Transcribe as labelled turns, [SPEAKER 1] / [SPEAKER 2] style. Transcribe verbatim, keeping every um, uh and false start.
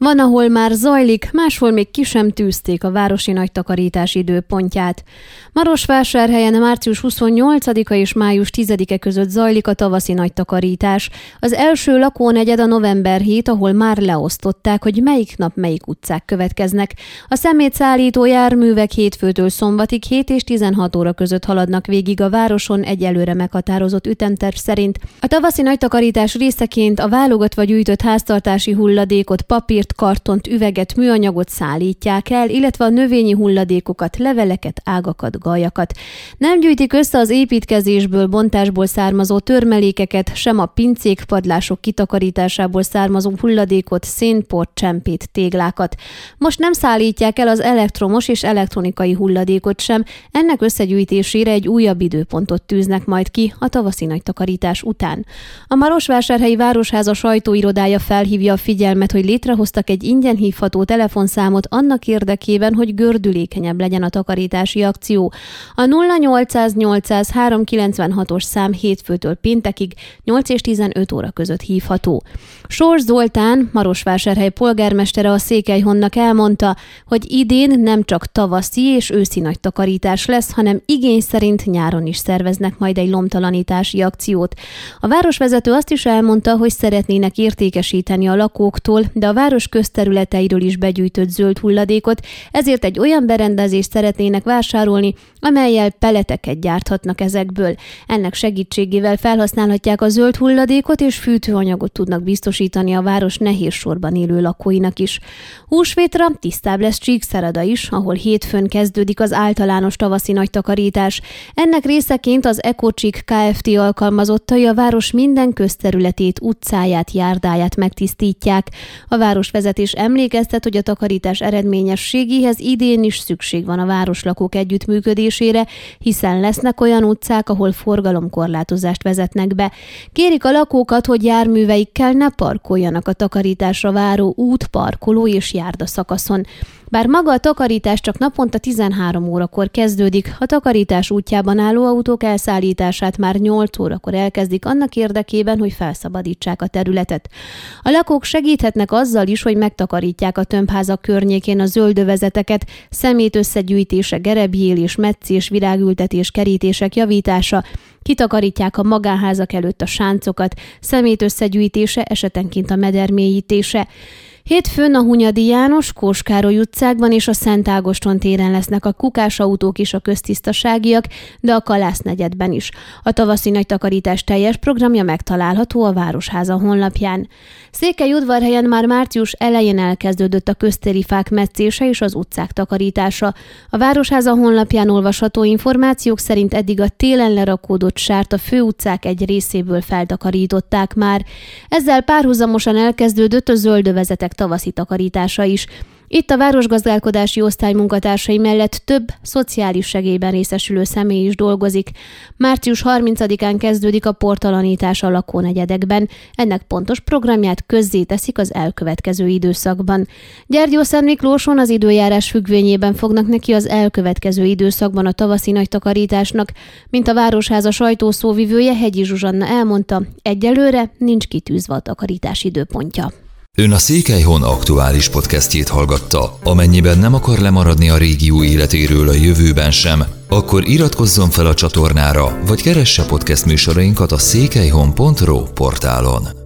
[SPEAKER 1] Van, ahol már zajlik, máshol még ki sem tűzték a városi nagy takarítás időpontját. Marosvásárhelyen március huszonnyolcadika és május tizedike között zajlik a tavaszi nagy takarítás. Az első lakónegyed a november hét, ahol már leosztották, hogy melyik nap melyik utcák következnek. A szemétszállító járművek hétfőtől szombatig hét és tizenhat óra között haladnak végig a városon egy előre meghatározott ütemterv szerint. A tavaszi nagy takarítás részeként a válogatva gyűjtött háztartási hulladékot, papírt, kartont, üveget, műanyagot szállítják el, illetve a növényi hulladékokat, leveleket, ágakat, galjakat. Nem gyűjtik össze az építkezésből, bontásból származó törmelékeket, sem a pincék, padlások kitakarításából származó hulladékot, szénport, csempét, téglákat. Most nem szállítják el az elektromos és elektronikai hulladékot sem, ennek összegyűjtésére egy újabb időpontot tűznek majd ki a tavaszi nagy takarítás után. A Marosvásárhelyi Városháza sajtóirodája felhívja a figyelmet, hogy létrehoztak egy ingyen hívható telefonszámot annak érdekében, hogy gördülékenyebb legyen a takarítási akció. A nulla nyolcszáz nyolcszáz háromszázkilencvenhatos szám hétfőtől péntekig nyolc és tizenöt óra között hívható. Sors Zoltán, Marosvásárhely polgármestere a Székelyhonnak elmondta, hogy idén nem csak tavaszi és őszi nagy takarítás lesz, hanem igény szerint nyáron is szerveznek majd egy lomtalanítási akciót. A városvezető azt is elmondta, hogy szeretnének értékesíteni a lakóktól, de a város közterületeiről is begyűjtött zöld hulladékot, ezért egy olyan berendezést szeretnének vásárolni, amellyel peleteket gyárthatnak ezekből. Ennek segítségével felhasználhatják a zöld hulladékot, és fűtőanyagot tudnak biztosítani a város nehéz sorban élő lakóinak is. Húsvétra tisztább lesz Csíkszereda is, ahol hétfőn kezdődik az általános tavaszi nagy takarítás. Ennek részeként az EcoCsík Kft. Alkalmazottai a város minden közterületét, utcáját, járdáját megtisztítják. A városvezetés emlékeztet, hogy a takarítás eredményességéhez idén is szükség van a városlakók együttműködésére, hiszen lesznek olyan utcák, ahol forgalomkorlátozást vezetnek be. Kérik a lakókat, hogy járműveikkel ne parkoljanak a takarításra váró út, parkoló és járda szakaszon. Bár maga a takarítás csak naponta tizenhárom órakor kezdődik, a takarítás útjában álló autók elszállítását már nyolc órakor elkezdik annak érdekében, hogy felszabadítsák a területet. A lakók segíthetnek azzal is, hogy megtakarítják a tömbházak környékén a zöldövezeteket, szemét összegyűjtése, gerebjélés, metszés, virágültetés, kerítések javítása, kitakarítják a magánházak előtt a sáncokat, szemét összegyűjtése, esetenként a meder mélyítése. Hétfőn a Hunyadi János, Kós Károly utcákban és a Szent Ágoston téren lesznek a kukásautók és a köztisztaságiak, de a Kalász negyedben is. A tavaszi nagy takarítás teljes programja megtalálható a Városháza honlapján. Székelyudvarhelyen már március elején elkezdődött a köztéri fák metszése és az utcák takarítása. A Városháza honlapján olvasható információk szerint eddig a télen lerakódott sárt a főutcák egy részéből feltakarították már. Ezzel párhuzamosan elkezdődött a zöldövezetek tavaszi takarítása is. Itt a városgazdálkodási osztály munkatársai mellett több szociális segélyben részesülő személy is dolgozik. március harmincadikán kezdődik a portalanítás a lakónegyedekben. Ennek pontos programját közzéteszik az elkövetkező időszakban. Gyergyószentmiklóson az időjárás függvényében fognak neki az elkövetkező időszakban a tavaszi nagy takarításnak, mint a Városháza sajtószóvivője Hegyi Zsuzsanna elmondta, egyelőre nincs kitűzve a takarítás időpontja.
[SPEAKER 2] Ön a Székelyhon aktuális podcastjét hallgatta. Amennyiben nem akar lemaradni a régió életéről a jövőben sem, akkor iratkozzon fel a csatornára, vagy keresse podcast műsorainkat a székelyhon pont ro portálon.